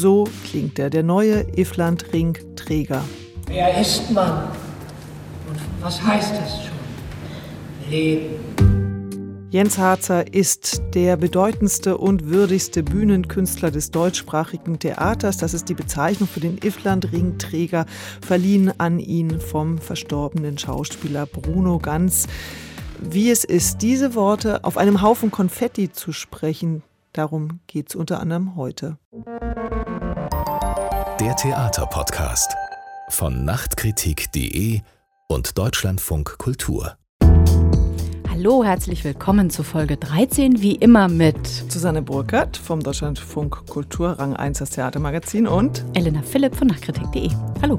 So klingt er, der neue Iffland-Ring-Träger. Wer ist man? Und was heißt es schon? Leben. Jens Harzer ist der bedeutendste und würdigste Bühnenkünstler des deutschsprachigen Theaters. Das ist die Bezeichnung für den Iffland-Ring-Träger, verliehen an ihn vom verstorbenen Schauspieler Bruno Ganz. Wie es ist, diese Worte auf einem Haufen Konfetti zu sprechen, darum geht es unter anderem heute. Der Theaterpodcast von Nachtkritik.de und Deutschlandfunk Kultur. Hallo, herzlich willkommen zu Folge 13, wie immer mit Susanne Burkhardt vom Deutschlandfunk Kultur, Rang 1 das Theatermagazin und Elena Philipp von Nachtkritik.de. Hallo.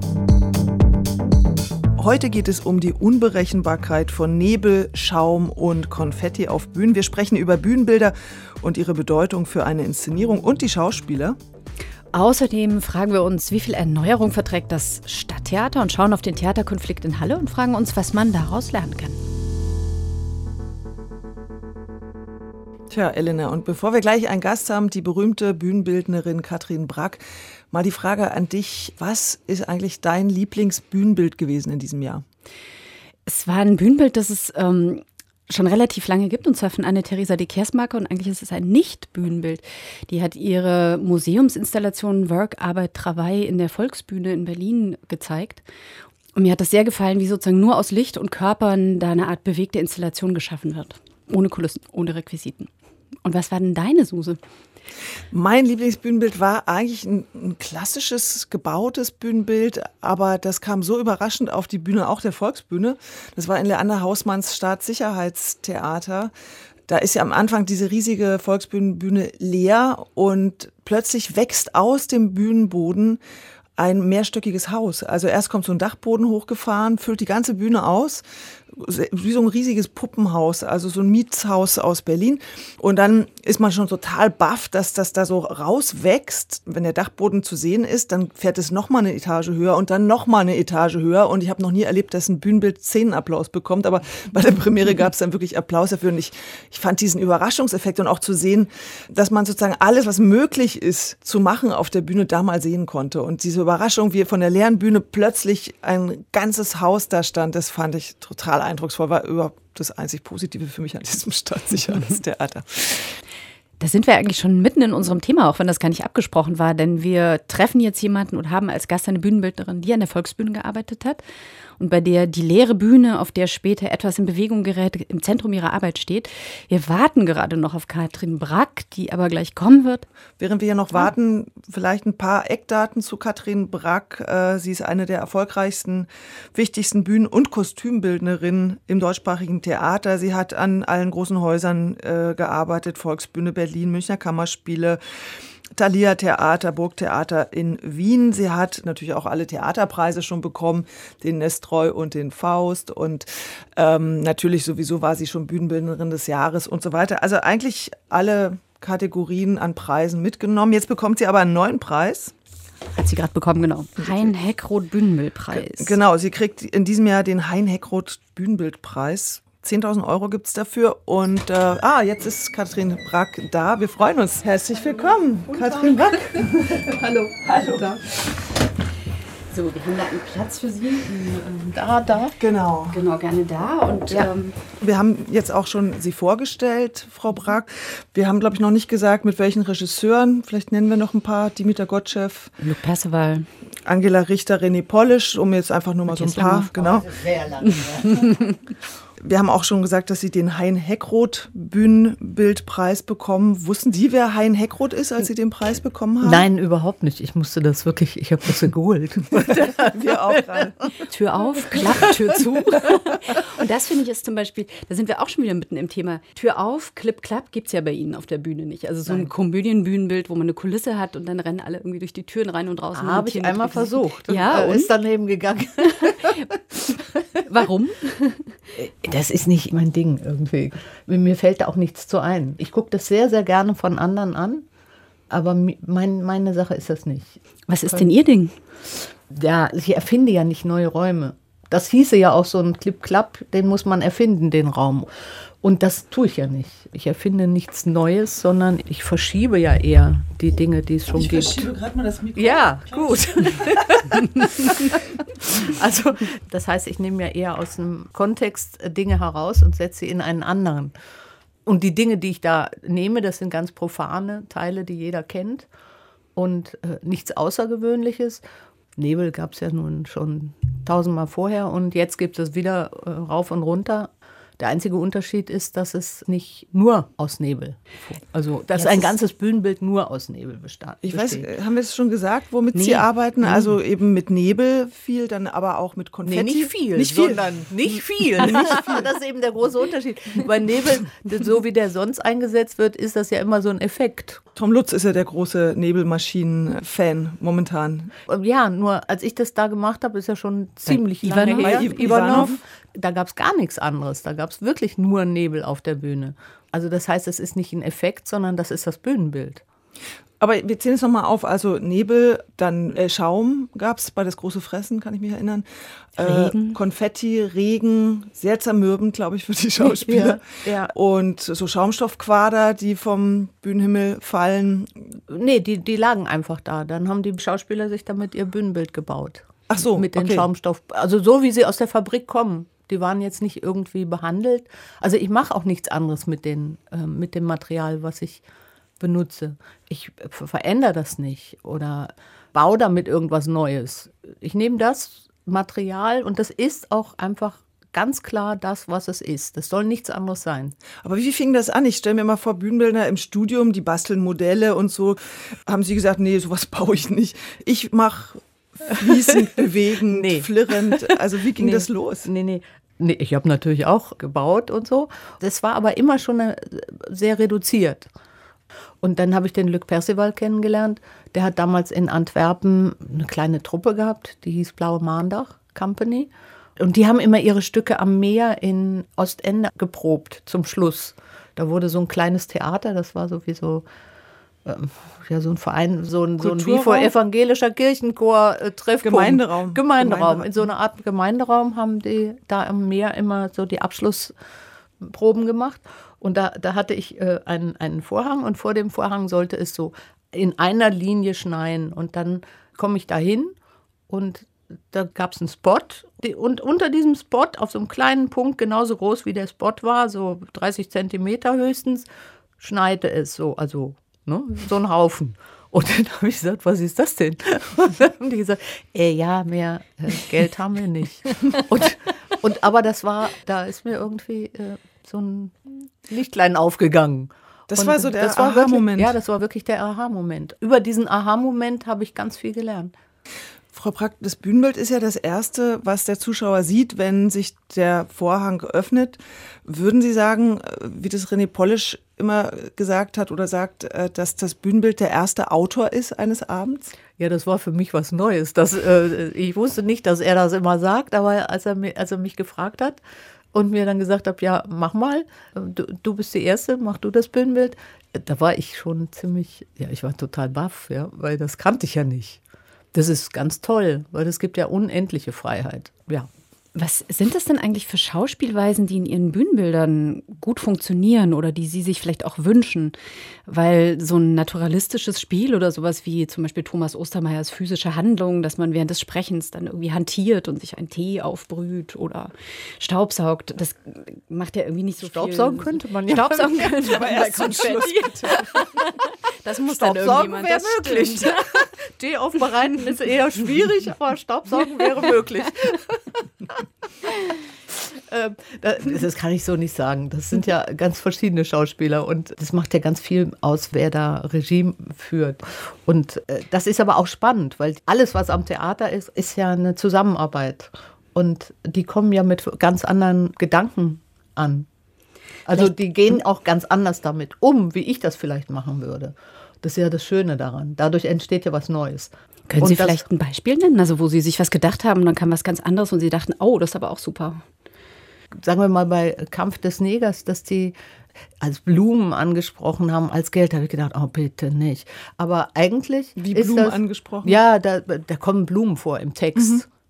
Heute geht es um die Unberechenbarkeit von Nebel, Schaum und Konfetti auf Bühnen. Wir sprechen über Bühnenbilder und ihre Bedeutung für eine Inszenierung und die Schauspieler. Außerdem fragen wir uns, wie viel Erneuerung verträgt das Stadttheater und schauen auf den Theaterkonflikt in Halle und fragen uns, was man daraus lernen kann. Tja, Elena, und bevor wir gleich einen Gast haben, die berühmte Bühnenbildnerin Katrin Brack, mal die Frage an dich, was ist eigentlich dein Lieblingsbühnenbild gewesen in diesem Jahr? Es war ein Bühnenbild, das es schon relativ lange gibt, und zwar von Anne-Theresa de Kersmaker, und eigentlich ist es ein Nicht-Bühnenbild. Die hat ihre Museumsinstallation Work, Arbeit, Travail in der Volksbühne in Berlin gezeigt. Und mir hat das sehr gefallen, wie sozusagen nur aus Licht und Körpern da eine Art bewegte Installation geschaffen wird. Ohne Kulissen, ohne Requisiten. Und was war denn deine, Suse? Mein Lieblingsbühnenbild war eigentlich ein klassisches, gebautes Bühnenbild, aber das kam so überraschend auf die Bühne, auch der Volksbühne. Das war in Leander Hausmanns Staatssicherheitstheater. Da ist ja am Anfang diese riesige Volksbühne leer und plötzlich wächst aus dem Bühnenboden ein mehrstöckiges Haus. Also erst kommt so ein Dachboden hochgefahren, füllt die ganze Bühne aus, wie so ein riesiges Puppenhaus, also so ein Mietshaus aus Berlin. Und dann ist man schon total baff, dass das da so rauswächst. Wenn der Dachboden zu sehen ist, dann fährt es nochmal eine Etage höher und dann nochmal eine Etage höher. Und ich habe noch nie erlebt, dass ein Bühnenbild Szenenapplaus bekommt. Aber bei der Premiere gab es dann wirklich Applaus dafür. Und ich fand diesen Überraschungseffekt und auch zu sehen, dass man sozusagen alles, was möglich ist, zu machen auf der Bühne, da mal sehen konnte. Und diese Überraschung, wie von der leeren Bühne plötzlich ein ganzes Haus da stand, das fand ich total eindrucksvoll, war überhaupt das einzig Positive für mich an diesem Staatssicherheitstheater. Da sind wir eigentlich schon mitten in unserem Thema, auch wenn das gar nicht abgesprochen war, denn wir treffen jetzt jemanden und haben als Gast eine Bühnenbildnerin, die an der Volksbühne gearbeitet hat und bei der die leere Bühne, auf der später etwas in Bewegung gerät, im Zentrum ihrer Arbeit steht. Wir warten gerade noch auf Katrin Brack, die aber gleich kommen wird. Während wir hier noch warten, vielleicht ein paar Eckdaten zu Katrin Brack. Sie ist eine der erfolgreichsten, wichtigsten Bühnen- und Kostümbildnerinnen im deutschsprachigen Theater. Sie hat an allen großen Häusern gearbeitet, Volksbühne Berlin, Münchner Kammerspiele, Thalia Theater, Burgtheater in Wien. Sie hat natürlich auch alle Theaterpreise schon bekommen, den Nestroy und den Faust. Und natürlich sowieso war sie schon Bühnenbildnerin des Jahres und so weiter. Also eigentlich alle Kategorien an Preisen mitgenommen. Jetzt bekommt sie aber einen neuen Preis. Hat sie gerade bekommen, genau. Hein-Heckroth Bühnenbildpreis. Genau, sie kriegt in diesem Jahr den Hein-Heckroth Bühnenbildpreis. 10.000 Euro gibt es dafür. Und jetzt ist Katrin Brack da. Wir freuen uns. Herzlich willkommen, Katrin Brack. Hallo. Hallo. So, wir haben da einen Platz für Sie. Da. Genau. Genau, gerne da. Und Ja. Wir haben jetzt auch schon Sie vorgestellt, Frau Brack. Wir haben, glaube ich, noch nicht gesagt, mit welchen Regisseuren. Vielleicht nennen wir noch ein paar. Dimitar Gottschew, Luc Perceval, Angela Richter, René Polish, um jetzt einfach nur mal so ein paar. Genau. Sehr lange. Wir haben auch schon gesagt, dass Sie den Hein-Heckroth Bühnenbildpreis bekommen. Wussten Sie, wer Hein-Heckroth ist, als Sie den Preis bekommen haben? Nein, überhaupt nicht. Ich habe das gegoogelt. Wir auch gerade. Tür auf, Klapp, Tür zu. Und das finde ich ist zum Beispiel, da sind wir auch schon wieder mitten im Thema. Tür auf, Klipp, Klapp gibt es ja bei Ihnen auf der Bühne nicht. Also so ein Komödienbühnenbild, wo man eine Kulisse hat und dann rennen alle irgendwie durch die Türen rein und raus. Habe ich einmal versucht. Ja, und? Ist daneben gegangen. Warum? Das ist nicht mein Ding irgendwie. Mir fällt da auch nichts zu ein. Ich gucke das sehr, sehr gerne von anderen an, aber meine Sache ist das nicht. Was ist denn Ihr Ding? Ja, ich erfinde ja nicht neue Räume. Das hieße ja auch so ein Clip-Clap, den muss man erfinden, den Raum. Und das tue ich ja nicht. Ich erfinde nichts Neues, sondern ich verschiebe ja eher die Dinge, die es schon gibt. Ich verschiebe gerade mal das Mikro. Ja, gut. Also das heißt, ich nehme ja eher aus dem Kontext Dinge heraus und setze sie in einen anderen. Und die Dinge, die ich da nehme, das sind ganz profane Teile, die jeder kennt und nichts Außergewöhnliches. Nebel gab es ja nun schon 1000-mal vorher und jetzt gibt es wieder rauf und runter. Der einzige Unterschied ist, dass es nicht nur aus Nebel, also dass ein ganzes Bühnenbild nur aus Nebel besteht. Ich weiß, haben wir es schon gesagt, womit Sie arbeiten? Also eben mit Nebel viel, dann aber auch mit Konfetti? Nee, nicht viel. Nicht viel. Das ist eben der große Unterschied. Bei Nebel, so wie der sonst eingesetzt wird, ist das ja immer so ein Effekt. Tom Lutz ist ja der große Nebelmaschinen-Fan momentan. Ja, nur als ich das da gemacht habe, ist ja schon ziemlich lange her. Ivanov. Da gab es gar nichts anderes. Da gab es wirklich nur Nebel auf der Bühne. Also das heißt, es ist nicht ein Effekt, sondern das ist das Bühnenbild. Aber wir zählen es nochmal auf. Also Nebel, dann Schaum gab es bei Das große Fressen, kann ich mich erinnern. Regen. Konfetti, Regen, sehr zermürbend, glaube ich, für die Schauspieler. Ja. Und so Schaumstoffquader, die vom Bühnenhimmel fallen. Nee, die lagen einfach da. Dann haben die Schauspieler sich damit ihr Bühnenbild gebaut. Ach so, mit den okay. Schaumstoff, also so wie sie aus der Fabrik kommen. Die waren jetzt nicht irgendwie behandelt. Also ich mache auch nichts anderes mit dem Material, was ich benutze. Ich verändere das nicht oder baue damit irgendwas Neues. Ich nehme das Material und das ist auch einfach ganz klar das, was es ist. Das soll nichts anderes sein. Aber wie fing das an? Ich stelle mir mal vor, Bühnenbildner im Studium, die basteln Modelle und so. Haben Sie gesagt, nee, sowas baue ich nicht. Ich mache fließend, bewegend, flirrend. Also wie ging das los? Nee, ich habe natürlich auch gebaut und so. Das war aber immer schon sehr reduziert. Und dann habe ich den Luc Perceval kennengelernt. Der hat damals in Antwerpen eine kleine Truppe gehabt, die hieß Blaue Maandag Company. Und die haben immer ihre Stücke am Meer in Ostende geprobt zum Schluss. Da wurde so ein kleines Theater, das war sowieso so ein Verein, so ein wie vor evangelischer Kirchenchor Treffpunkt. Gemeinderaum. In so einer Art Gemeinderaum haben die da am Meer immer so die Abschlussproben gemacht. Und da hatte ich einen Vorhang und vor dem Vorhang sollte es so in einer Linie schneien. Und dann komme ich da hin und da gab es einen Spot. Und unter diesem Spot, auf so einem kleinen Punkt, genauso groß wie der Spot war, so 30 Zentimeter höchstens, schneite es so, also so ein Haufen. Und dann habe ich gesagt, was ist das denn? Und dann haben die gesagt, mehr Geld haben wir nicht. Aber da ist mir irgendwie so ein Lichtlein aufgegangen. Das war so der Aha-Moment. Ja, das war wirklich der Aha-Moment. Über diesen Aha-Moment habe ich ganz viel gelernt. Frau Brack, das Bühnenbild ist ja das Erste, was der Zuschauer sieht, wenn sich der Vorhang öffnet. Würden Sie sagen, wie das René Polish immer gesagt hat oder sagt, dass das Bühnenbild der erste Autor ist eines Abends? Ja, das war für mich was Neues. Ich wusste nicht, dass er das immer sagt, aber als er mich gefragt hat und mir dann gesagt hat, ja, mach mal, du bist die Erste, mach du das Bühnenbild. Da war ich schon ich war total baff, ja, weil das kannte ich ja nicht. Das ist ganz toll, weil es gibt ja unendliche Freiheit, ja. Was sind das denn eigentlich für Schauspielweisen, die in Ihren Bühnenbildern gut funktionieren oder die Sie sich vielleicht auch wünschen? Weil so ein naturalistisches Spiel oder sowas wie zum Beispiel Thomas Ostermeyers physische Handlung, dass man während des Sprechens dann irgendwie hantiert und sich einen Tee aufbrüht oder staubsaugt, das macht ja irgendwie nicht so Staubsaugen viel. könnte man ja. Staubsaugen könnte man, aber erst zum Schluss. Das muss dann irgendjemand. Wäre möglich. Tee aufbereiten ist eher schwierig, aber Staubsaugen wäre möglich. Das kann ich so nicht sagen. Das sind ja ganz verschiedene Schauspieler und das macht ja ganz viel aus, wer da Regie führt. Und das ist aber auch spannend, weil alles, was am Theater ist, ist ja eine Zusammenarbeit. Und die kommen ja mit ganz anderen Gedanken an. Also die gehen auch ganz anders damit um, wie ich das vielleicht machen würde. Das ist ja das Schöne daran. Dadurch entsteht ja was Neues. Können Sie vielleicht ein Beispiel nennen, also wo Sie sich was gedacht haben und dann kam was ganz anderes und Sie dachten, oh, das ist aber auch super. Sagen wir mal bei Kampf des Negers, dass die als Blumen angesprochen haben, als Geld, da habe ich gedacht, oh bitte nicht. Aber eigentlich wie ist Blumen das, angesprochen? Ja, da kommen Blumen vor im Text.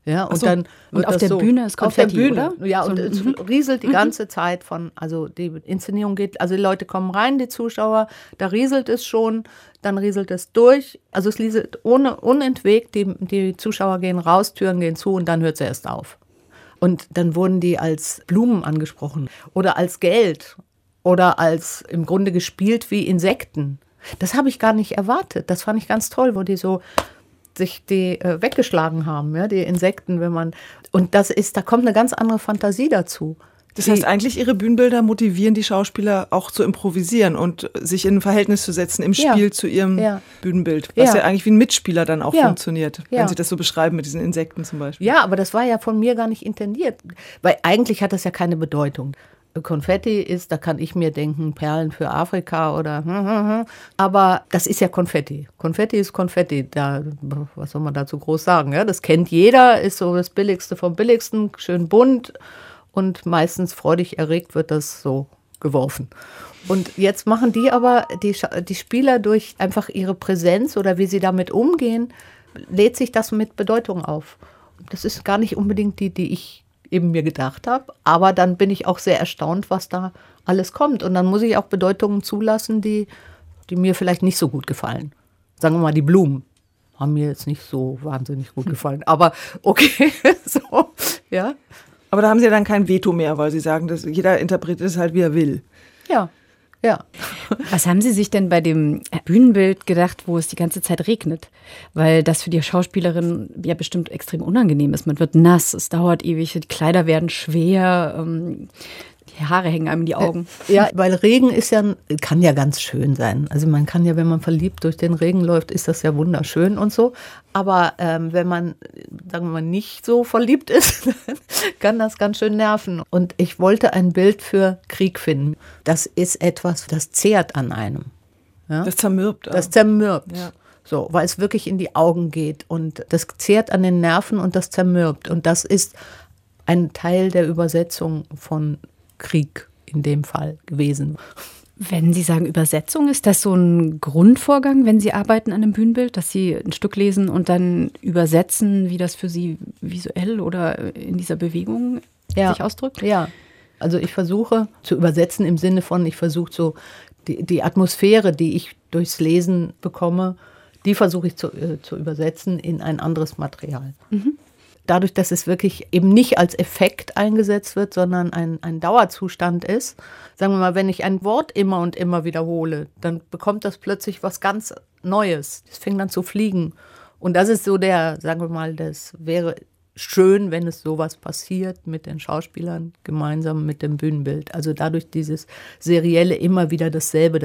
Ja, und so. dann Und auf der Bühne ist Konfetti, auf der Bühne, oder? ja, So und es rieselt die ganze Zeit also die Inszenierung geht, also die Leute kommen rein, die Zuschauer, da rieselt es schon, dann rieselt es durch, also es rieselt unentwegt, die Zuschauer gehen raus, Türen gehen zu und dann hört es erst auf. Und dann wurden die als Blumen angesprochen oder als Geld oder als im Grunde gespielt wie Insekten. Das habe ich gar nicht erwartet, das fand ich ganz toll, wo die so sich die weggeschlagen haben, ja, die Insekten, und da kommt eine ganz andere Fantasie dazu. Das heißt, eigentlich Ihre Bühnenbilder motivieren die Schauspieler auch zu improvisieren und sich in ein Verhältnis zu setzen im Spiel zu ihrem Bühnenbild, was ja eigentlich wie ein Mitspieler dann auch funktioniert, wenn Sie das so beschreiben mit diesen Insekten zum Beispiel. Ja, aber das war ja von mir gar nicht intendiert, weil eigentlich hat das ja keine Bedeutung. Konfetti ist, da kann ich mir denken, Perlen für Afrika oder aber das ist ja Konfetti. Konfetti ist Konfetti. Was soll man dazu groß sagen? Ja? Das kennt jeder, ist so das Billigste vom Billigsten, schön bunt und meistens freudig erregt wird das so geworfen. Und jetzt machen die aber, die Spieler durch einfach ihre Präsenz oder wie sie damit umgehen, lädt sich das mit Bedeutung auf. Das ist gar nicht unbedingt die ich eben mir gedacht habe, aber dann bin ich auch sehr erstaunt, was da alles kommt. Und dann muss ich auch Bedeutungen zulassen, die mir vielleicht nicht so gut gefallen. Sagen wir mal, die Blumen haben mir jetzt nicht so wahnsinnig gut gefallen, aber okay, so, ja. Aber da haben Sie ja dann kein Veto mehr, weil Sie sagen, dass jeder interpretiert es halt, wie er will. Ja. Was haben Sie sich denn bei dem Bühnenbild gedacht, wo es die ganze Zeit regnet? Weil das für die Schauspielerin ja bestimmt extrem unangenehm ist. Man wird nass, es dauert ewig, die Kleider werden schwer, die Haare hängen einem in die Augen. Ja, weil Regen kann ja ganz schön sein. Also man kann ja, wenn man verliebt durch den Regen läuft, ist das ja wunderschön und so. Aber wenn man, sagen wir mal, nicht so verliebt ist, kann das ganz schön nerven. Und ich wollte ein Bild für Krieg finden. Das ist etwas, das zehrt an einem. Ja? Das zermürbt. Das zermürbt. Ja. So, weil es wirklich in die Augen geht. Und das zehrt an den Nerven und das zermürbt. Und das ist ein Teil der Übersetzung von Krieg in dem Fall gewesen. Wenn Sie sagen Übersetzung, ist das so ein Grundvorgang, wenn Sie arbeiten an einem Bühnenbild, dass Sie ein Stück lesen und dann übersetzen, wie das für Sie visuell oder in dieser Bewegung sich ausdrückt? Ja, also ich versuche zu übersetzen im Sinne von, ich versuche so die Atmosphäre, die ich durchs Lesen bekomme, die versuche ich zu übersetzen in ein anderes Material. Mhm. Dadurch, dass es wirklich eben nicht als Effekt eingesetzt wird, sondern ein Dauerzustand ist. Sagen wir mal, wenn ich ein Wort immer und immer wiederhole, dann bekommt das plötzlich was ganz Neues. Es fängt an zu fliegen. Und das ist so sagen wir mal, das wäre schön, wenn es sowas passiert mit den Schauspielern gemeinsam mit dem Bühnenbild. Also dadurch dieses serielle immer wieder dasselbe.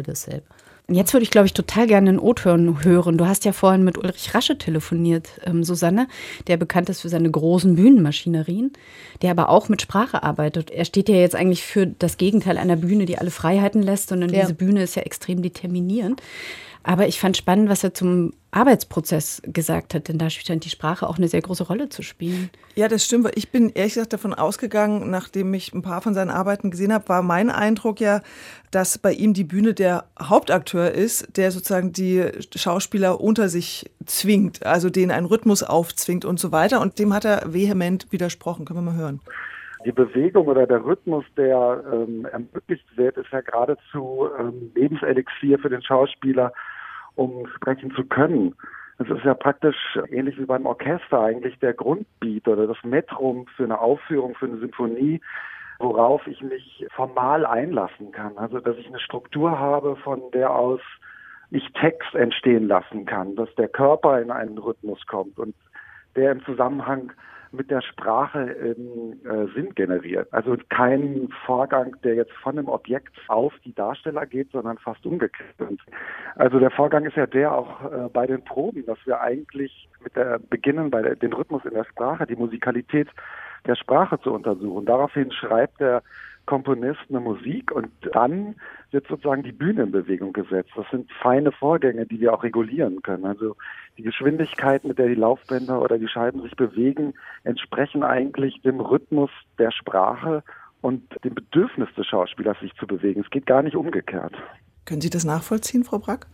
Jetzt würde ich, glaube ich, total gerne einen O-Ton hören. Du hast ja vorhin mit Ulrich Rasche telefoniert, Susanne, der bekannt ist für seine großen Bühnenmaschinerien, der aber auch mit Sprache arbeitet. Er steht ja jetzt eigentlich für das Gegenteil einer Bühne, die alle Freiheiten lässt, sondern diese Bühne ist ja extrem determinierend. Aber ich fand spannend, was er zum Arbeitsprozess gesagt hat, denn da scheint die Sprache auch eine sehr große Rolle zu spielen. Ja, das stimmt. Ich bin ehrlich gesagt davon ausgegangen, nachdem ich ein paar von seinen Arbeiten gesehen habe, war mein Eindruck ja, dass bei ihm die Bühne der Hauptakteur ist, der sozusagen die Schauspieler unter sich zwingt, also denen einen Rhythmus aufzwingt und so weiter. Und dem hat er vehement widersprochen. Können wir mal hören. Die Bewegung oder der Rhythmus, der ermöglicht wird, ist ja geradezu Lebenselixier für den Schauspieler, um sprechen zu können. Es ist ja praktisch ähnlich wie beim Orchester eigentlich der Grundbeat oder das Metrum für eine Aufführung, für eine Symphonie, worauf ich mich formal einlassen kann. Also dass ich eine Struktur habe, von der aus ich Text entstehen lassen kann, dass der Körper in einen Rhythmus kommt und der im Zusammenhang mit der Sprache Sinn generiert. Also kein Vorgang, der jetzt von dem Objekt auf die Darsteller geht, sondern fast umgekehrt. Also der Vorgang ist ja der auch bei den Proben, dass wir eigentlich beginnen, den Rhythmus in der Sprache, die Musikalität der Sprache zu untersuchen. Daraufhin schreibt der Komponist eine Musik und dann wird sozusagen die Bühne in Bewegung gesetzt. Das sind feine Vorgänge, die wir auch regulieren können. Also die Geschwindigkeit, mit der die Laufbänder oder die Scheiben sich bewegen, entsprechen eigentlich dem Rhythmus der Sprache und dem Bedürfnis des Schauspielers, sich zu bewegen. Es geht gar nicht umgekehrt. Können Sie das nachvollziehen, Frau Brack?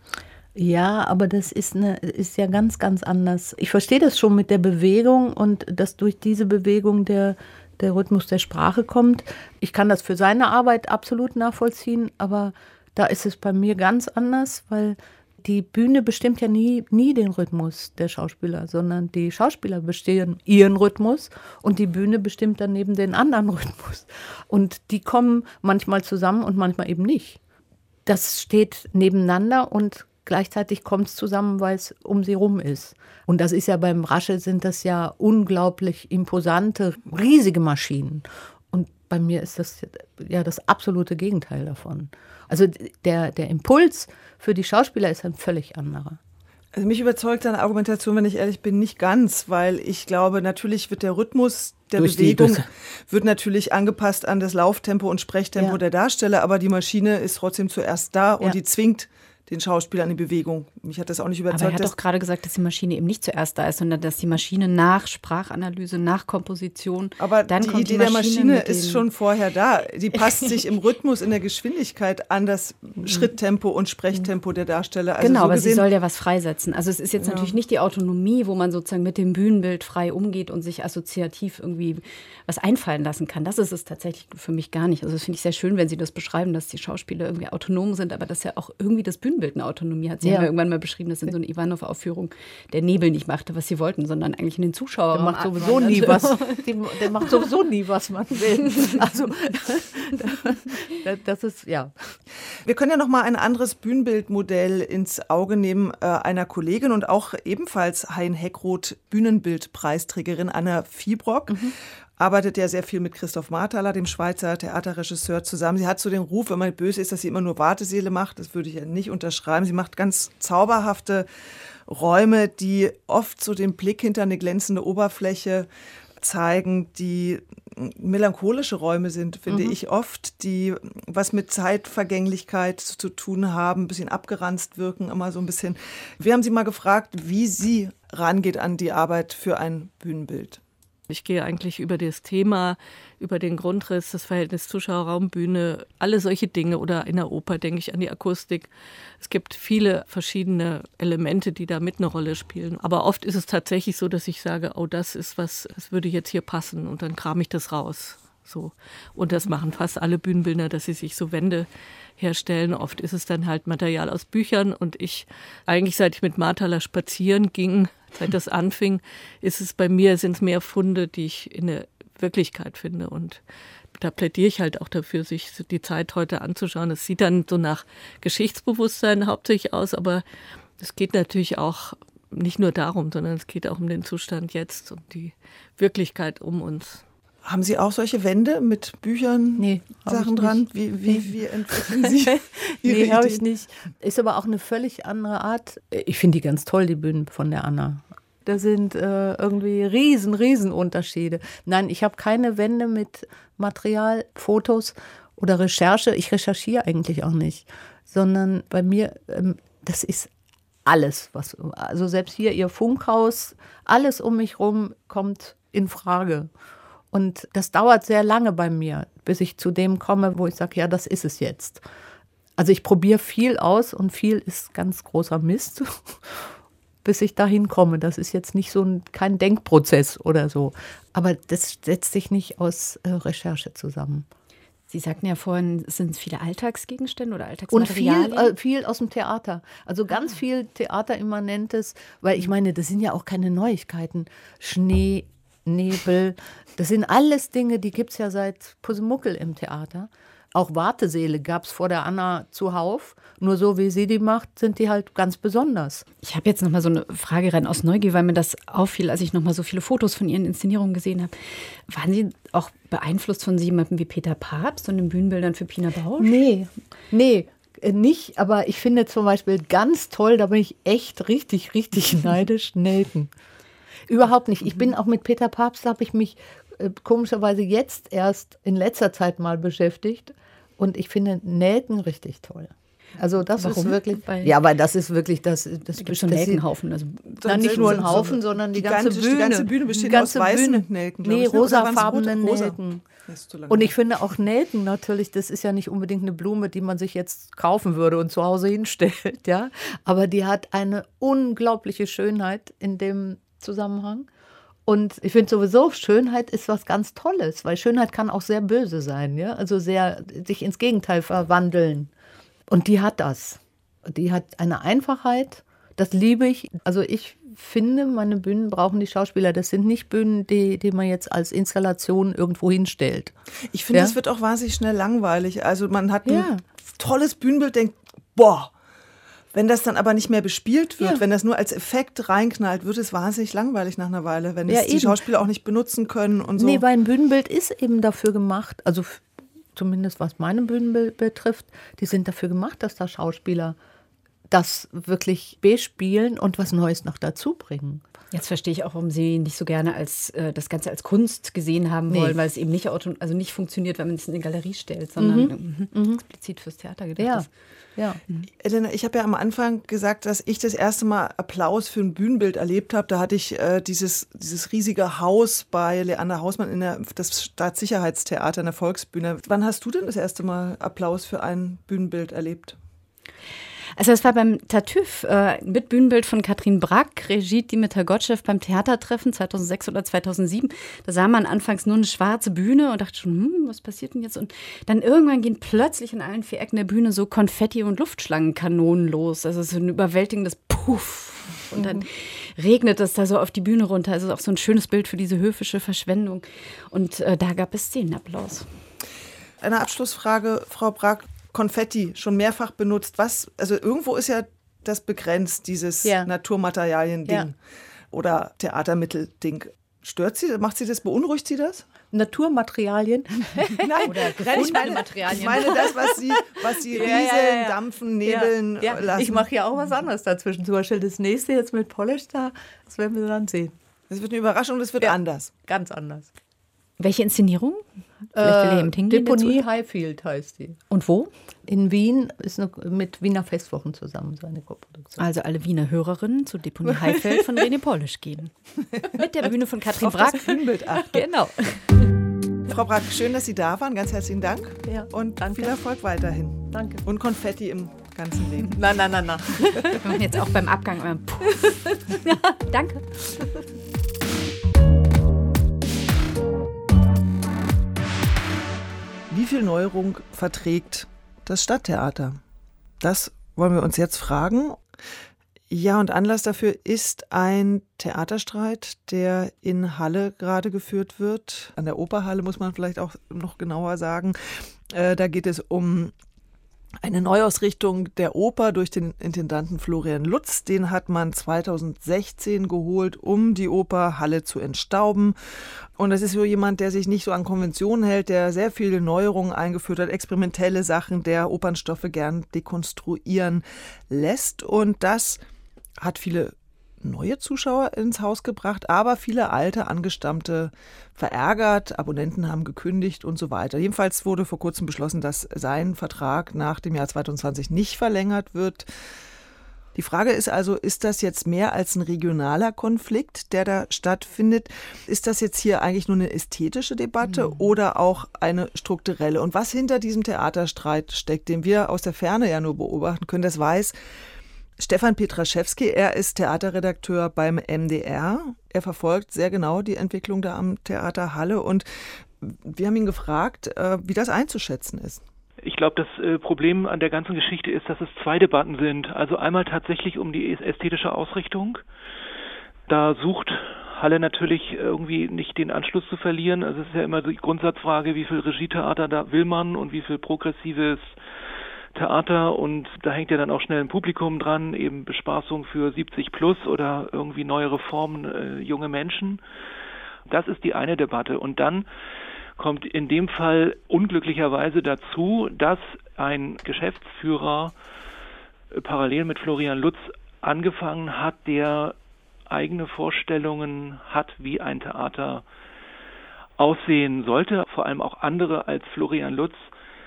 Ja, aber das ist ja ganz, ganz anders. Ich verstehe das schon mit der Bewegung und dass durch diese Bewegung der Rhythmus der Sprache kommt. Ich kann das für seine Arbeit absolut nachvollziehen, aber da ist es bei mir ganz anders, weil die Bühne bestimmt ja nie den Rhythmus der Schauspieler, sondern die Schauspieler bestimmen ihren Rhythmus und die Bühne bestimmt dann neben den anderen Rhythmus. Und die kommen manchmal zusammen und manchmal eben nicht. Das steht nebeneinander und gleichzeitig kommt es zusammen, weil es um sie rum ist. Und das ist ja beim Rasche sind das ja unglaublich imposante, riesige Maschinen. Und bei mir ist das ja das absolute Gegenteil davon. Also der Impuls für die Schauspieler ist ein völlig anderer. Also mich überzeugt seine Argumentation, wenn ich ehrlich bin, nicht ganz, weil ich glaube, natürlich wird der Rhythmus der Bewegung wird natürlich angepasst an das Lauftempo und Sprechtempo der Darsteller, aber die Maschine ist trotzdem zuerst da und die zwingt den Schauspieler an die Bewegung. Mich hat das auch nicht überzeugt. Aber er hat doch gerade gesagt, dass die Maschine eben nicht zuerst da ist, sondern dass die Maschine nach Sprachanalyse, nach Komposition, aber dann die kommt Idee die der Maschine ist schon vorher da. Die passt sich im Rhythmus, in der Geschwindigkeit an das Schritttempo und Sprechtempo der Darsteller. Also genau, so aber gesehen, sie soll ja was freisetzen. Also es ist jetzt natürlich nicht die Autonomie, wo man sozusagen mit dem Bühnenbild frei umgeht und sich assoziativ irgendwie was einfallen lassen kann. Das ist es tatsächlich für mich gar nicht. Also das finde ich sehr schön, wenn Sie das beschreiben, dass die Schauspieler irgendwie autonom sind, aber dass ja auch irgendwie das Bühnenbild eine Autonomie hat. Sie haben ja irgendwann mal beschrieben, dass in so einer Ivanov-Aufführung der Nebel nicht machte, was sie wollten, sondern eigentlich in den Zuschauern. Der macht sowieso nie was. Der macht sowieso nie, was man will. Also das ist, ja. Wir können ja noch mal ein anderes Bühnenbildmodell ins Auge nehmen, einer Kollegin und auch ebenfalls Hein-Heckroth Bühnenbildpreisträgerin Anna Fiebrock. Arbeitet ja sehr viel mit Christoph Marthaler, dem Schweizer Theaterregisseur, zusammen. Sie hat so den Ruf, wenn man böse ist, dass sie immer nur Wartesäle macht. Das würde ich ja nicht unterschreiben. Sie macht ganz zauberhafte Räume, die oft so den Blick hinter eine glänzende Oberfläche zeigen, die melancholische Räume sind, finde ich oft, die was mit Zeitvergänglichkeit zu tun haben, ein bisschen abgeranzt wirken, immer so ein bisschen. Wir haben Sie mal gefragt, wie sie rangeht an die Arbeit für ein Bühnenbild. Ich gehe eigentlich über das Thema, über den Grundriss, das Verhältnis Zuschauerraum, Bühne, alle solche Dinge. Oder in der Oper denke ich an die Akustik. Es gibt viele verschiedene Elemente, die da mit eine Rolle spielen. Aber oft ist es tatsächlich so, dass ich sage, oh, das ist was, das würde jetzt hier passen. Und dann kram ich das raus. So. Und das machen fast alle Bühnenbildner, dass sie sich so Wände herstellen. Oft ist es dann halt Material aus Büchern. Und ich, eigentlich seit ich mit Marthaler spazieren ging, seit das anfing, ist es bei mir, sind es mehr Funde, die ich in der Wirklichkeit finde. Und da plädiere ich halt auch dafür, sich die Zeit heute anzuschauen. Es sieht dann so nach Geschichtsbewusstsein hauptsächlich aus, aber es geht natürlich auch nicht nur darum, sondern es geht auch um den Zustand jetzt und die Wirklichkeit um uns. Haben Sie auch solche Wände mit Büchern, Sachen dran? Wie entwickeln Sie Ihre Nee, habe ich nicht. Ist aber auch eine völlig andere Art. Ich finde die ganz toll, die Bühnen von der Anna. Da sind irgendwie riesen Unterschiede. Nein, ich habe keine Wände mit Material, Fotos oder Recherche. Ich recherchiere eigentlich auch nicht, sondern bei mir, das ist alles, also selbst hier Ihr Funkhaus, alles um mich rum kommt in Frage. Und das dauert sehr lange bei mir, bis ich zu dem komme, wo ich sage, ja, das ist es jetzt. Also ich probiere viel aus und viel ist ganz großer Mist, bis ich dahin komme. Das ist jetzt nicht so kein Denkprozess oder so. Aber das setzt sich nicht aus Recherche zusammen. Sie sagten ja vorhin, es sind viele Alltagsgegenstände oder Alltagsmaterialien. Und viel aus dem Theater. Also ganz viel Theaterimmanentes, weil ich meine, das sind ja auch keine Neuigkeiten. Schnee, Nebel, das sind alles Dinge, die gibt es ja seit Pusemuckel im Theater. Auch Wartesäle gab es vor der Anna zuhauf. Nur so, wie sie die macht, sind die halt ganz besonders. Ich habe jetzt noch mal so eine Frage rein aus Neugier, weil mir das auffiel, als ich noch mal so viele Fotos von Ihren Inszenierungen gesehen habe. Waren Sie auch beeinflusst von jemandem wie Peter Pabst und den Bühnenbildern für Pina Bausch? Nee, nicht. Aber ich finde zum Beispiel ganz toll, da bin ich echt richtig neidisch, Nelken. Überhaupt nicht. Ich bin auch mit Peter Pabst, habe ich mich komischerweise jetzt erst in letzter Zeit mal beschäftigt. Und ich finde Nelken richtig toll. Also das Warum? ist wirklich, Weil aber das ist wirklich das gibt schon Nelkenhaufen. Also nicht nur ein Haufen, sondern die ganze Bühne. Die ganze Bühne besteht aus weißen Nelken, glaube ich. Rosafarbenen Rosa. Nelken. Und ich finde auch Nelken natürlich, das ist ja nicht unbedingt eine Blume, die man sich jetzt kaufen würde und zu Hause hinstellt, ja. Aber die hat eine unglaubliche Schönheit in dem Zusammenhang. Und ich finde sowieso, Schönheit ist was ganz Tolles, weil Schönheit kann auch sehr böse sein, ja. Also sehr sich ins Gegenteil verwandeln. Und die hat das. Die hat eine Einfachheit, das liebe ich. Also ich finde, meine Bühnen brauchen die Schauspieler. Das sind nicht Bühnen, die man jetzt als Installation irgendwo hinstellt. Ich finde, das wird auch wahnsinnig schnell langweilig. Also man hat ein tolles Bühnenbild, denkt, boah, wenn das dann aber nicht mehr bespielt wird, wenn das nur als Effekt reinknallt, wird es wahnsinnig langweilig nach einer Weile, wenn es die Schauspieler auch nicht benutzen können und so. Nee, weil ein Bühnenbild ist eben dafür gemacht, also zumindest was meine Bühnenbild betrifft, die sind dafür gemacht, dass da Schauspieler das wirklich bespielen und was Neues noch dazu bringen. Jetzt verstehe ich auch, warum Sie nicht so gerne das Ganze als Kunst gesehen haben wollen, weil es eben nicht funktioniert, wenn man es in eine Galerie stellt, sondern explizit fürs Theater gedacht ist. Ja. Elena, ich habe ja am Anfang gesagt, dass ich das erste Mal Applaus für ein Bühnenbild erlebt habe. Da hatte ich dieses riesige Haus bei Leander Hausmann das Staatssicherheitstheater in der Volksbühne. Wann hast du denn das erste Mal Applaus für ein Bühnenbild erlebt? Also das war beim Tartüff mit Bühnenbild von Katrin Brack, Regie Dimitar Gottschew beim Theatertreffen 2006 oder 2007. Da sah man anfangs nur eine schwarze Bühne und dachte schon, was passiert denn jetzt? Und dann irgendwann gehen plötzlich in allen 4 Ecken der Bühne so Konfetti- und Luftschlangenkanonen los. Also so ein überwältigendes Puff. Und dann regnet es da so auf die Bühne runter. Also auch so ein schönes Bild für diese höfische Verschwendung. Und da gab es Szenenapplaus. Eine Abschlussfrage, Frau Brack. Konfetti, schon mehrfach benutzt. Also irgendwo ist ja das begrenzt, dieses Naturmaterialien-Ding oder Theatermittel-Ding. Stört Sie? Macht Sie das? Beunruhigt Sie das? Naturmaterialien? Nein, oder gefundene Materialien. Ich meine das, was Sie rieseln, dampfen, nebeln lassen. Ich mache ja auch was anderes dazwischen. Zum Beispiel das nächste jetzt mit Polish da, das werden wir dann sehen. Das wird eine Überraschung, das wird anders. Ganz anders. Welche Inszenierung? Vielleicht will ich eben hingehen Deponie dazu. Highfield heißt die. Und wo? In Wien, ist mit Wiener Festwochen zusammen so eine Koproduktion. Also alle Wiener Hörerinnen zu Deponie Highfield von René Polish gehen. Mit der Bühne von Katrin Brack. Das Bühnenbild achten. Genau. Frau Brack, schön, dass Sie da waren. Ganz herzlichen Dank. Ja, und danke. Viel Erfolg weiterhin. Danke. Und Konfetti im ganzen Leben. Na. Wir machen jetzt auch beim Abgang einmal ja, danke. Wie viel Neuerung verträgt das Stadttheater? Das wollen wir uns jetzt fragen. Ja, und Anlass dafür ist ein Theaterstreit, der in Halle gerade geführt wird. An der Operhalle muss man vielleicht auch noch genauer sagen. Da geht es um eine Neuausrichtung der Oper durch den Intendanten Florian Lutz. Den hat man 2016 geholt, um die Oper Halle zu entstauben. Und das ist so jemand, der sich nicht so an Konventionen hält, der sehr viele Neuerungen eingeführt hat, experimentelle Sachen, der Opernstoffe gern dekonstruieren lässt. Und das hat viele neue Zuschauer ins Haus gebracht, aber viele alte, angestammte verärgert, Abonnenten haben gekündigt und so weiter. Jedenfalls wurde vor kurzem beschlossen, dass sein Vertrag nach dem Jahr 2020 nicht verlängert wird. Die Frage ist also, ist das jetzt mehr als ein regionaler Konflikt, der da stattfindet? Ist das jetzt hier eigentlich nur eine ästhetische Debatte oder auch eine strukturelle? Und was hinter diesem Theaterstreit steckt, den wir aus der Ferne ja nur beobachten können, das weiß Stefan Petraschewski. Er ist Theaterredakteur beim MDR. Er verfolgt sehr genau die Entwicklung da am Theater Halle und wir haben ihn gefragt, wie das einzuschätzen ist. Ich glaube, das Problem an der ganzen Geschichte ist, dass es 2 Debatten sind. Also einmal tatsächlich um die ästhetische Ausrichtung. Da sucht Halle natürlich irgendwie nicht den Anschluss zu verlieren. Also es ist ja immer die Grundsatzfrage, wie viel Regietheater da will man und wie viel progressives Theater, und da hängt ja dann auch schnell ein Publikum dran, eben Bespaßung für 70 plus oder irgendwie neuere Formen, junge Menschen. Das ist die eine Debatte. Und dann kommt in dem Fall unglücklicherweise dazu, dass ein Geschäftsführer parallel mit Florian Lutz angefangen hat, der eigene Vorstellungen hat, wie ein Theater aussehen sollte, vor allem auch andere als Florian Lutz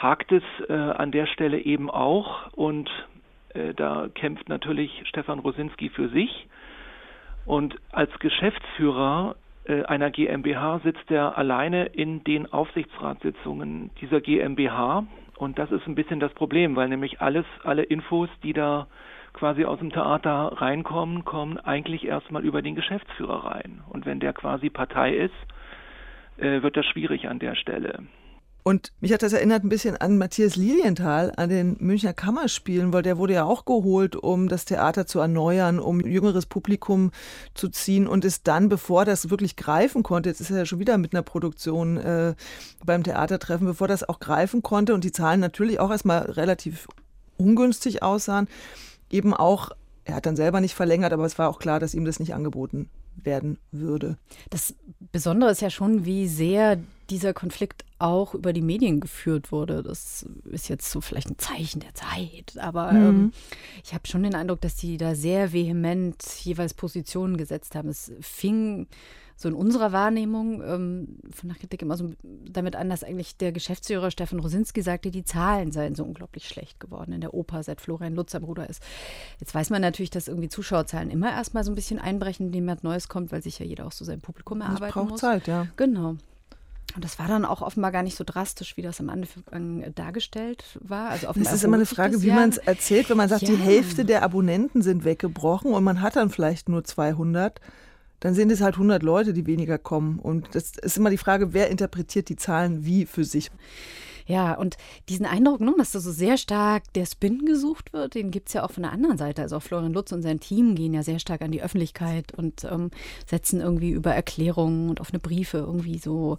hakt es an der Stelle eben auch und da kämpft natürlich Stefan Rosinski für sich. Und als Geschäftsführer einer GmbH sitzt er alleine in den Aufsichtsratssitzungen dieser GmbH. Und das ist ein bisschen das Problem, weil nämlich alle Infos, die da quasi aus dem Theater reinkommen, kommen eigentlich erstmal über den Geschäftsführer rein. Und wenn der quasi Partei ist, wird das schwierig an der Stelle. Und mich hat das erinnert ein bisschen an Matthias Lilienthal, an den Münchner Kammerspielen, weil der wurde ja auch geholt, um das Theater zu erneuern, um jüngeres Publikum zu ziehen und ist dann, bevor das wirklich greifen konnte, jetzt ist er ja schon wieder mit einer Produktion beim Theatertreffen, bevor das auch greifen konnte und die Zahlen natürlich auch erstmal relativ ungünstig aussahen, eben auch, er hat dann selber nicht verlängert, aber es war auch klar, dass ihm das nicht angeboten werden würde. Das Besondere ist ja schon, wie sehr dieser Konflikt auch über die Medien geführt wurde. Das ist jetzt so vielleicht ein Zeichen der Zeit, aber ich habe schon den Eindruck, dass die da sehr vehement jeweils Positionen gesetzt haben. Es fing so in unserer Wahrnehmung von der Kritik immer so damit an, dass eigentlich der Geschäftsführer Stefan Rosinski sagte, die Zahlen seien so unglaublich schlecht geworden in der Oper, seit Florian Lutz am Ruder ist. Jetzt weiß man natürlich, dass irgendwie Zuschauerzahlen immer erstmal so ein bisschen einbrechen, indem jemand Neues kommt, weil sich ja jeder auch so sein Publikum erarbeiten muss. Das braucht Zeit, ja. Genau. Und das war dann auch offenbar gar nicht so drastisch, wie das am Anfang dargestellt war. Also das ist immer eine Frage, wie man es erzählt, wenn man sagt, die Hälfte der Abonnenten sind weggebrochen und man hat dann vielleicht nur 200, dann sind es halt 100 Leute, die weniger kommen. Und das ist immer die Frage, wer interpretiert die Zahlen wie für sich. Ja, und diesen Eindruck, dass da so sehr stark der Spin gesucht wird, den gibt es ja auch von der anderen Seite. Also auch Florian Lutz und sein Team gehen ja sehr stark an die Öffentlichkeit und setzen irgendwie über Erklärungen und offene Briefe irgendwie so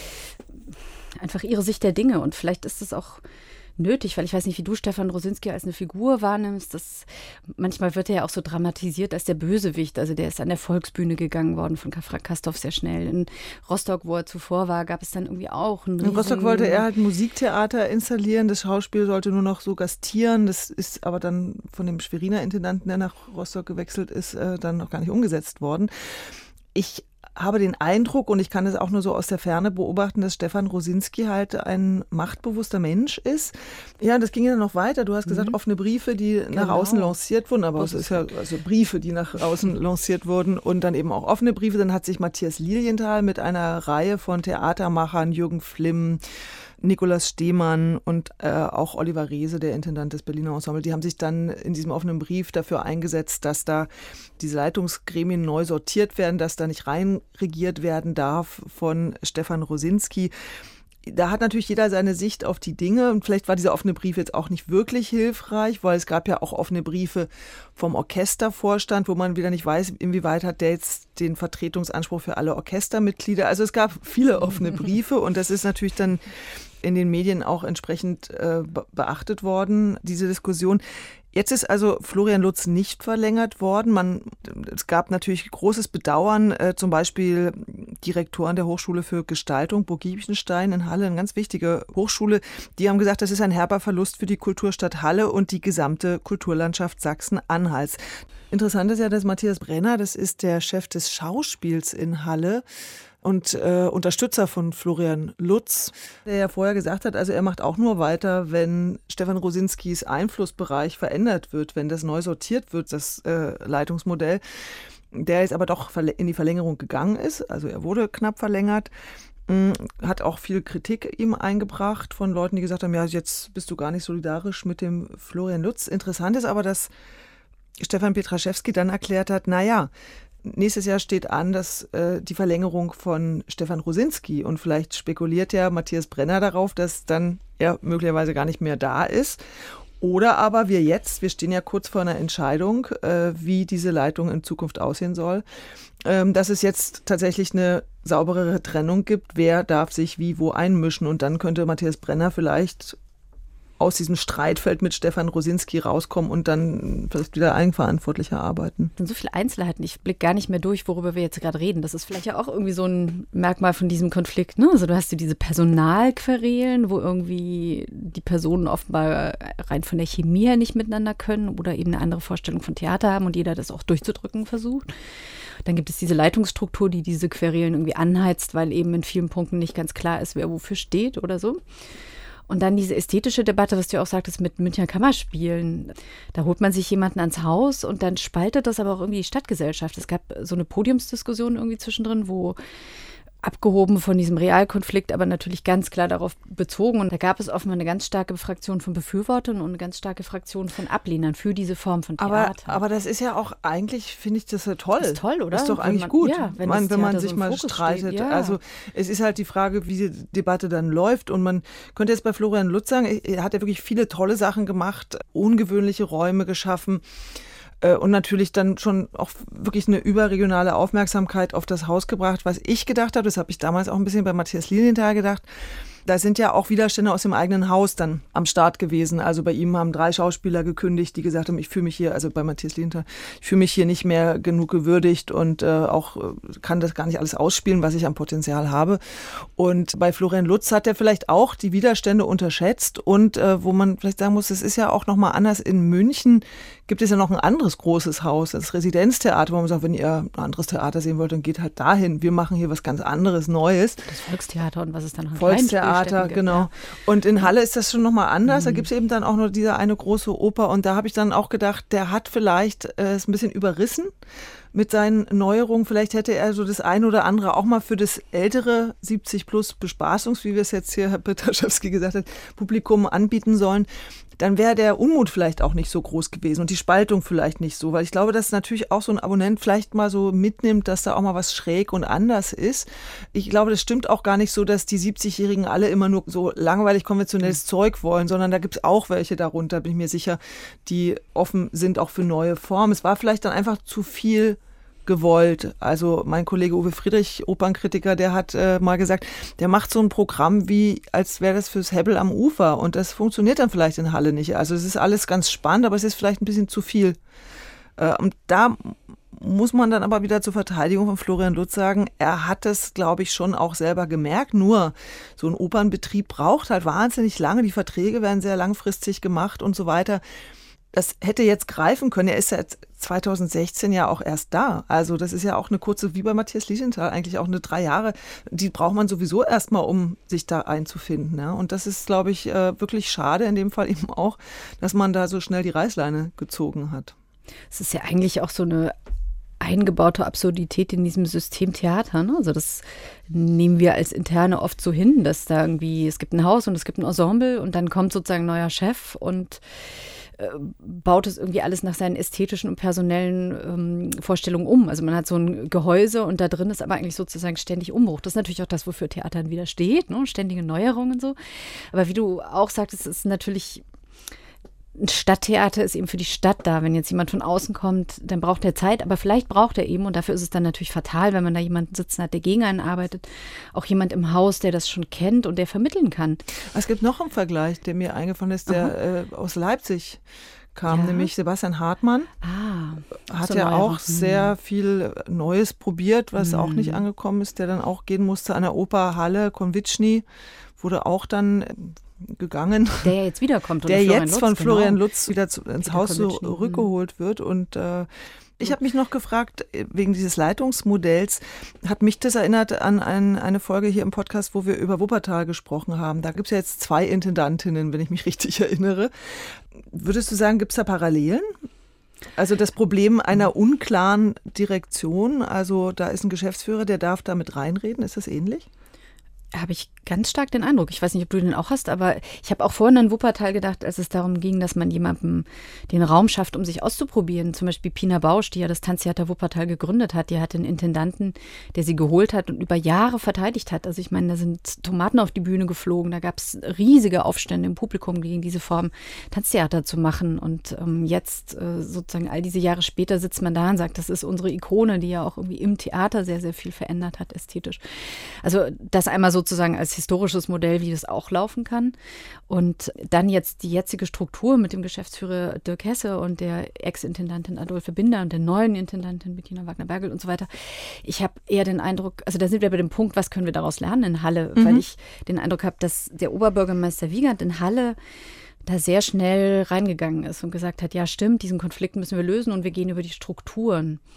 einfach ihre Sicht der Dinge. Und vielleicht ist es auch nötig, weil ich weiß nicht, wie du Stefan Rosinski als eine Figur wahrnimmst. Manchmal wird er ja auch so dramatisiert als der Bösewicht. Also der ist an der Volksbühne gegangen worden von Frank Castorf sehr schnell. In Rostock, wo er zuvor war, gab es dann irgendwie auch einen In Rostock wollte er halt ein Musiktheater installieren. Das Schauspiel sollte nur noch so gastieren. Das ist aber dann von dem Schweriner Intendanten, der nach Rostock gewechselt ist, dann noch gar nicht umgesetzt worden. Ich habe den Eindruck, und ich kann es auch nur so aus der Ferne beobachten, dass Stefan Rosinski halt ein machtbewusster Mensch ist. Ja, das ging ja noch weiter. Du hast gesagt, offene Briefe, die nach außen lanciert wurden, aber es ist ja also Briefe, die nach außen lanciert wurden und dann eben auch offene Briefe. Dann hat sich Matthias Lilienthal mit einer Reihe von Theatermachern, Jürgen Flimm, Nikolaus Stehmann und auch Oliver Reese, der Intendant des Berliner Ensemble, die haben sich dann in diesem offenen Brief dafür eingesetzt, dass da diese Leitungsgremien neu sortiert werden, dass da nicht reinregiert werden darf von Stefan Rosinski. Da hat natürlich jeder seine Sicht auf die Dinge und vielleicht war dieser offene Brief jetzt auch nicht wirklich hilfreich, weil es gab ja auch offene Briefe vom Orchestervorstand, wo man wieder nicht weiß, inwieweit hat der jetzt den Vertretungsanspruch für alle Orchestermitglieder. Also es gab viele offene Briefe und das ist natürlich dann in den Medien auch entsprechend beachtet worden, diese Diskussion. Jetzt ist also Florian Lutz nicht verlängert worden. Es gab natürlich großes Bedauern, zum Beispiel Direktoren der Hochschule für Gestaltung, Burg Giebichenstein in Halle, eine ganz wichtige Hochschule, die haben gesagt, das ist ein herber Verlust für die Kulturstadt Halle und die gesamte Kulturlandschaft Sachsen-Anhalts. Interessant ist ja, dass Matthias Brenner, das ist der Chef des Schauspiels in Halle, und Unterstützer von Florian Lutz, der ja vorher gesagt hat, also er macht auch nur weiter, wenn Stefan Rosinskis Einflussbereich verändert wird, wenn das neu sortiert wird, das Leitungsmodell, der jetzt aber doch in die Verlängerung gegangen ist, also er wurde knapp verlängert, hat auch viel Kritik ihm eingebracht von Leuten, die gesagt haben, ja, jetzt bist du gar nicht solidarisch mit dem Florian Lutz. Interessant ist aber, dass Stefan Petraschewski dann erklärt hat, naja, nächstes Jahr steht an, dass die Verlängerung von Stefan Rosinski und vielleicht spekuliert ja Matthias Brenner darauf, dass dann er möglicherweise gar nicht mehr da ist. Oder aber wir stehen ja kurz vor einer Entscheidung, wie diese Leitung in Zukunft aussehen soll, dass es jetzt tatsächlich eine sauberere Trennung gibt, wer darf sich wie wo einmischen und dann könnte Matthias Brenner vielleicht aus diesem Streitfeld mit Stefan Rosinski rauskommen und dann vielleicht wieder eigenverantwortlicher arbeiten. Das sind so viele Einzelheiten. Ich blicke gar nicht mehr durch, worüber wir jetzt gerade reden. Das ist vielleicht ja auch irgendwie so ein Merkmal von diesem Konflikt. Ne? Also du hast ja diese Personalquerelen, wo irgendwie die Personen offenbar rein von der Chemie her nicht miteinander können oder eben eine andere Vorstellung von Theater haben und jeder das auch durchzudrücken versucht. Dann gibt es diese Leitungsstruktur, die diese Querelen irgendwie anheizt, weil eben in vielen Punkten nicht ganz klar ist, wer wofür steht oder so. Und dann diese ästhetische Debatte, was du auch sagtest, mit Münchner Kammerspielen. Da holt man sich jemanden ans Haus und dann spaltet das aber auch irgendwie die Stadtgesellschaft. Es gab so eine Podiumsdiskussion irgendwie zwischendrin, wo abgehoben von diesem Realkonflikt, aber natürlich ganz klar darauf bezogen. Und da gab es offenbar eine ganz starke Fraktion von Befürwortern und eine ganz starke Fraktion von Ablehnern für diese Form von Theater. Aber das ist ja auch eigentlich, finde ich, das ja toll. Das ist toll, oder? Das ist doch eigentlich gut, wenn man sich mal streitet. Ja. Also es ist halt die Frage, wie die Debatte dann läuft. Und man könnte jetzt bei Florian Lutz sagen, er hat ja wirklich viele tolle Sachen gemacht, ungewöhnliche Räume geschaffen. Und natürlich dann schon auch wirklich eine überregionale Aufmerksamkeit auf das Haus gebracht. Was ich gedacht habe, das habe ich damals auch ein bisschen bei Matthias Lilienthal gedacht, da sind ja auch Widerstände aus dem eigenen Haus dann am Start gewesen. Also bei ihm haben 3 Schauspieler gekündigt, die gesagt haben, ich fühle mich hier, also bei Matthias Lilienthal, ich fühle mich hier nicht mehr genug gewürdigt und auch kann das gar nicht alles ausspielen, was ich am Potenzial habe. Und bei Florian Lutz hat er vielleicht auch die Widerstände unterschätzt und wo man vielleicht sagen muss, es ist ja auch nochmal anders. In München gibt es ja noch ein anderes großes Haus, das Residenztheater, wo man sagt, wenn ihr ein anderes Theater sehen wollt, dann geht halt dahin. Wir machen hier was ganz anderes, Neues. Das Volkstheater und was ist dann noch ein Volkstheater, genau. Ja. Und in Halle ist das schon nochmal anders. Da gibt es eben dann auch nur diese eine große Oper. Und da habe ich dann auch gedacht, der hat vielleicht es ein bisschen überrissen mit seinen Neuerungen. Vielleicht hätte er so das eine oder andere auch mal für das ältere 70 plus Bespaßungs, wie wir es jetzt hier Herr Britaschewski gesagt hat, Publikum anbieten sollen. Dann wäre der Unmut vielleicht auch nicht so groß gewesen und die Spaltung vielleicht nicht so, weil ich glaube, dass natürlich auch so ein Abonnent vielleicht mal so mitnimmt, dass da auch mal was schräg und anders ist. Ich glaube, das stimmt auch gar nicht so, dass die 70-Jährigen alle immer nur so langweilig konventionelles Zeug wollen, sondern da gibt es auch welche darunter, bin ich mir sicher, die offen sind auch für neue Formen. Es war vielleicht dann einfach zu viel gewollt. Also mein Kollege Uwe Friedrich, Opernkritiker, der hat mal gesagt, der macht so ein Programm wie, als wäre das fürs Hebbel am Ufer und das funktioniert dann vielleicht in Halle nicht. Also es ist alles ganz spannend, aber es ist vielleicht ein bisschen zu viel. Und da muss man dann aber wieder zur Verteidigung von Florian Lutz sagen, er hat es, glaube ich, schon auch selber gemerkt, nur so ein Opernbetrieb braucht halt wahnsinnig lange, die Verträge werden sehr langfristig gemacht und so weiter. Das hätte jetzt greifen können. Er ist seit 2016 ja auch erst da. Also das ist ja auch eine kurze, wie bei Matthias Lilienthal, eigentlich auch eine 3 Jahre. Die braucht man sowieso erstmal, um sich da einzufinden. Ja? Und das ist, glaube ich, wirklich schade, in dem Fall eben auch, dass man da so schnell die Reißleine gezogen hat. Es ist ja eigentlich auch so eine eingebaute Absurdität in diesem System Theater. Ne? Also das nehmen wir als Interne oft so hin, dass da irgendwie, es gibt ein Haus und es gibt ein Ensemble und dann kommt sozusagen ein neuer Chef und baut es irgendwie alles nach seinen ästhetischen und personellen Vorstellungen um. Also man hat so ein Gehäuse und da drin ist aber eigentlich sozusagen ständig Umbruch. Das ist natürlich auch das, wofür Theater dann wieder steht, ne? Ständige Neuerungen und so. Aber wie du auch sagtest, ist natürlich ein Stadttheater ist eben für die Stadt da. Wenn jetzt jemand von außen kommt, dann braucht er Zeit, aber vielleicht braucht er eben, und dafür ist es dann natürlich fatal, wenn man da jemanden sitzen hat, der gegen einen arbeitet, auch jemand im Haus, der das schon kennt und der vermitteln kann. Es gibt noch einen Vergleich, der mir eingefallen ist, der aus Leipzig kam, nämlich Sebastian Hartmann. Hat ja auch sehr viel Neues probiert, was auch nicht angekommen ist, der dann auch gehen musste an der Oper Halle. Konvitschny wurde auch dann gegangen. Der ja jetzt wiederkommt. Der jetzt von Florian Lutz wieder ins Haus zurückgeholt wird. Und ich habe mich noch gefragt, wegen dieses Leitungsmodells, hat mich das erinnert an eine Folge hier im Podcast, wo wir über Wuppertal gesprochen haben. Da gibt es ja jetzt 2 Intendantinnen, wenn ich mich richtig erinnere. Würdest du sagen, gibt es da Parallelen? Also das Problem einer unklaren Direktion, also da ist ein Geschäftsführer, der darf da mit reinreden, ist das ähnlich? Habe ich ganz stark den Eindruck. Ich weiß nicht, ob du den auch hast, aber ich habe auch vorhin an Wuppertal gedacht, als es darum ging, dass man jemandem den Raum schafft, um sich auszuprobieren. Zum Beispiel Pina Bausch, die ja das Tanztheater Wuppertal gegründet hat, die hatte einen Intendanten, der sie geholt hat und über Jahre verteidigt hat. Also ich meine, da sind Tomaten auf die Bühne geflogen, da gab es riesige Aufstände im Publikum gegen diese Form, Tanztheater zu machen. Und jetzt sozusagen all diese Jahre später sitzt man da und sagt, das ist unsere Ikone, die ja auch irgendwie im Theater sehr, sehr viel verändert hat, ästhetisch. Also das einmal sozusagen als historisches Modell, wie das auch laufen kann. Und dann jetzt die jetzige Struktur mit dem Geschäftsführer Dirk Hesse und der Ex-Intendantin Adolphe Binder und der neuen Intendantin Bettina Wagner-Bergel und so weiter. Ich habe eher den Eindruck, also da sind wir bei dem Punkt, was können wir daraus lernen in Halle, weil ich den Eindruck habe, dass der Oberbürgermeister Wiegand in Halle da sehr schnell reingegangen ist und gesagt hat, ja stimmt, diesen Konflikt müssen wir lösen und wir gehen über die Strukturen.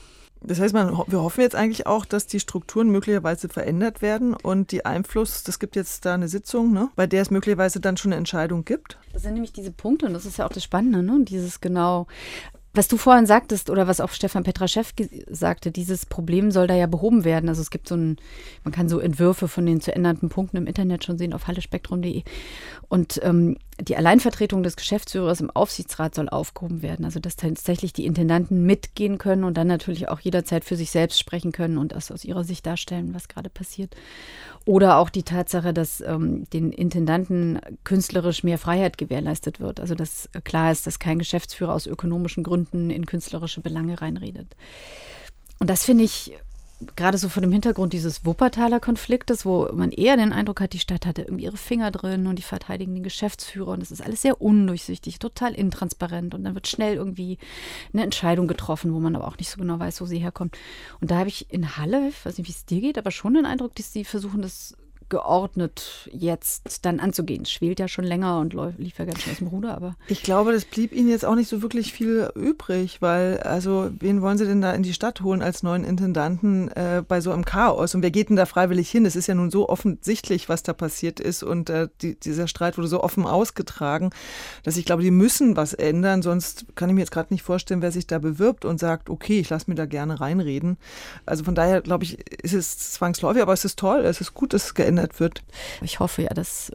Das heißt, wir hoffen jetzt eigentlich auch, dass die Strukturen möglicherweise verändert werden und die Einfluss, das gibt jetzt da eine Sitzung, ne, bei der es möglicherweise dann schon eine Entscheidung gibt. Das sind nämlich diese Punkte und das ist ja auch das Spannende, ne? Dieses genau, was du vorhin sagtest oder was auch Stefan Petraschew sagte, dieses Problem soll da ja behoben werden. Also es gibt man kann so Entwürfe von den zu ändernden Punkten im Internet schon sehen auf hallespektrum.de. Und die Alleinvertretung des Geschäftsführers im Aufsichtsrat soll aufgehoben werden. Also dass tatsächlich die Intendanten mitgehen können und dann natürlich auch jederzeit für sich selbst sprechen können und das aus ihrer Sicht darstellen, was gerade passiert. Oder auch die Tatsache, dass den Intendanten künstlerisch mehr Freiheit gewährleistet wird. Also dass klar ist, dass kein Geschäftsführer aus ökonomischen Gründen in künstlerische Belange reinredet. Und das finde ich gerade so vor dem Hintergrund dieses Wuppertaler Konfliktes, wo man eher den Eindruck hat, die Stadt hatte irgendwie ihre Finger drin und die verteidigen den Geschäftsführer und das ist alles sehr undurchsichtig, total intransparent und dann wird schnell irgendwie eine Entscheidung getroffen, wo man aber auch nicht so genau weiß, wo sie herkommt. Und da habe ich in Halle, ich weiß nicht, wie es dir geht, aber schon den Eindruck, dass sie versuchen, das geordnet jetzt dann anzugehen. Es schwelt ja schon länger und lief ja ganz schön aus dem Ruder, aber... Ich glaube, das blieb ihnen jetzt auch nicht so wirklich viel übrig, weil, also, wen wollen sie denn da in die Stadt holen als neuen Intendanten bei so einem Chaos? Und wer geht denn da freiwillig hin? Es ist ja nun so offensichtlich, was da passiert ist und dieser Streit wurde so offen ausgetragen, dass ich glaube, die müssen was ändern, sonst kann ich mir jetzt gerade nicht vorstellen, wer sich da bewirbt und sagt, okay, ich lasse mir da gerne reinreden. Also von daher, glaube ich, ist es zwangsläufig, aber es ist toll, es ist gut, dass es geändert wird. Ich hoffe ja, dass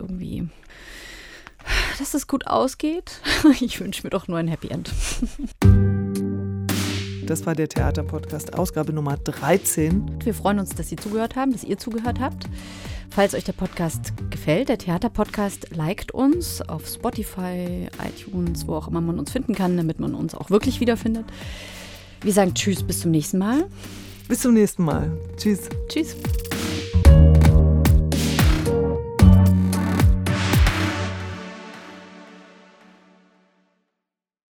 es gut ausgeht. Ich wünsche mir doch nur ein Happy End. Das war der Theaterpodcast, Ausgabe Nummer 13. Wir freuen uns, dass Sie zugehört haben, dass ihr zugehört habt. Falls euch der Podcast gefällt, der Theaterpodcast, liked uns auf Spotify, iTunes, wo auch immer man uns finden kann, damit man uns auch wirklich wiederfindet. Wir sagen Tschüss, bis zum nächsten Mal. Bis zum nächsten Mal. Tschüss. Tschüss.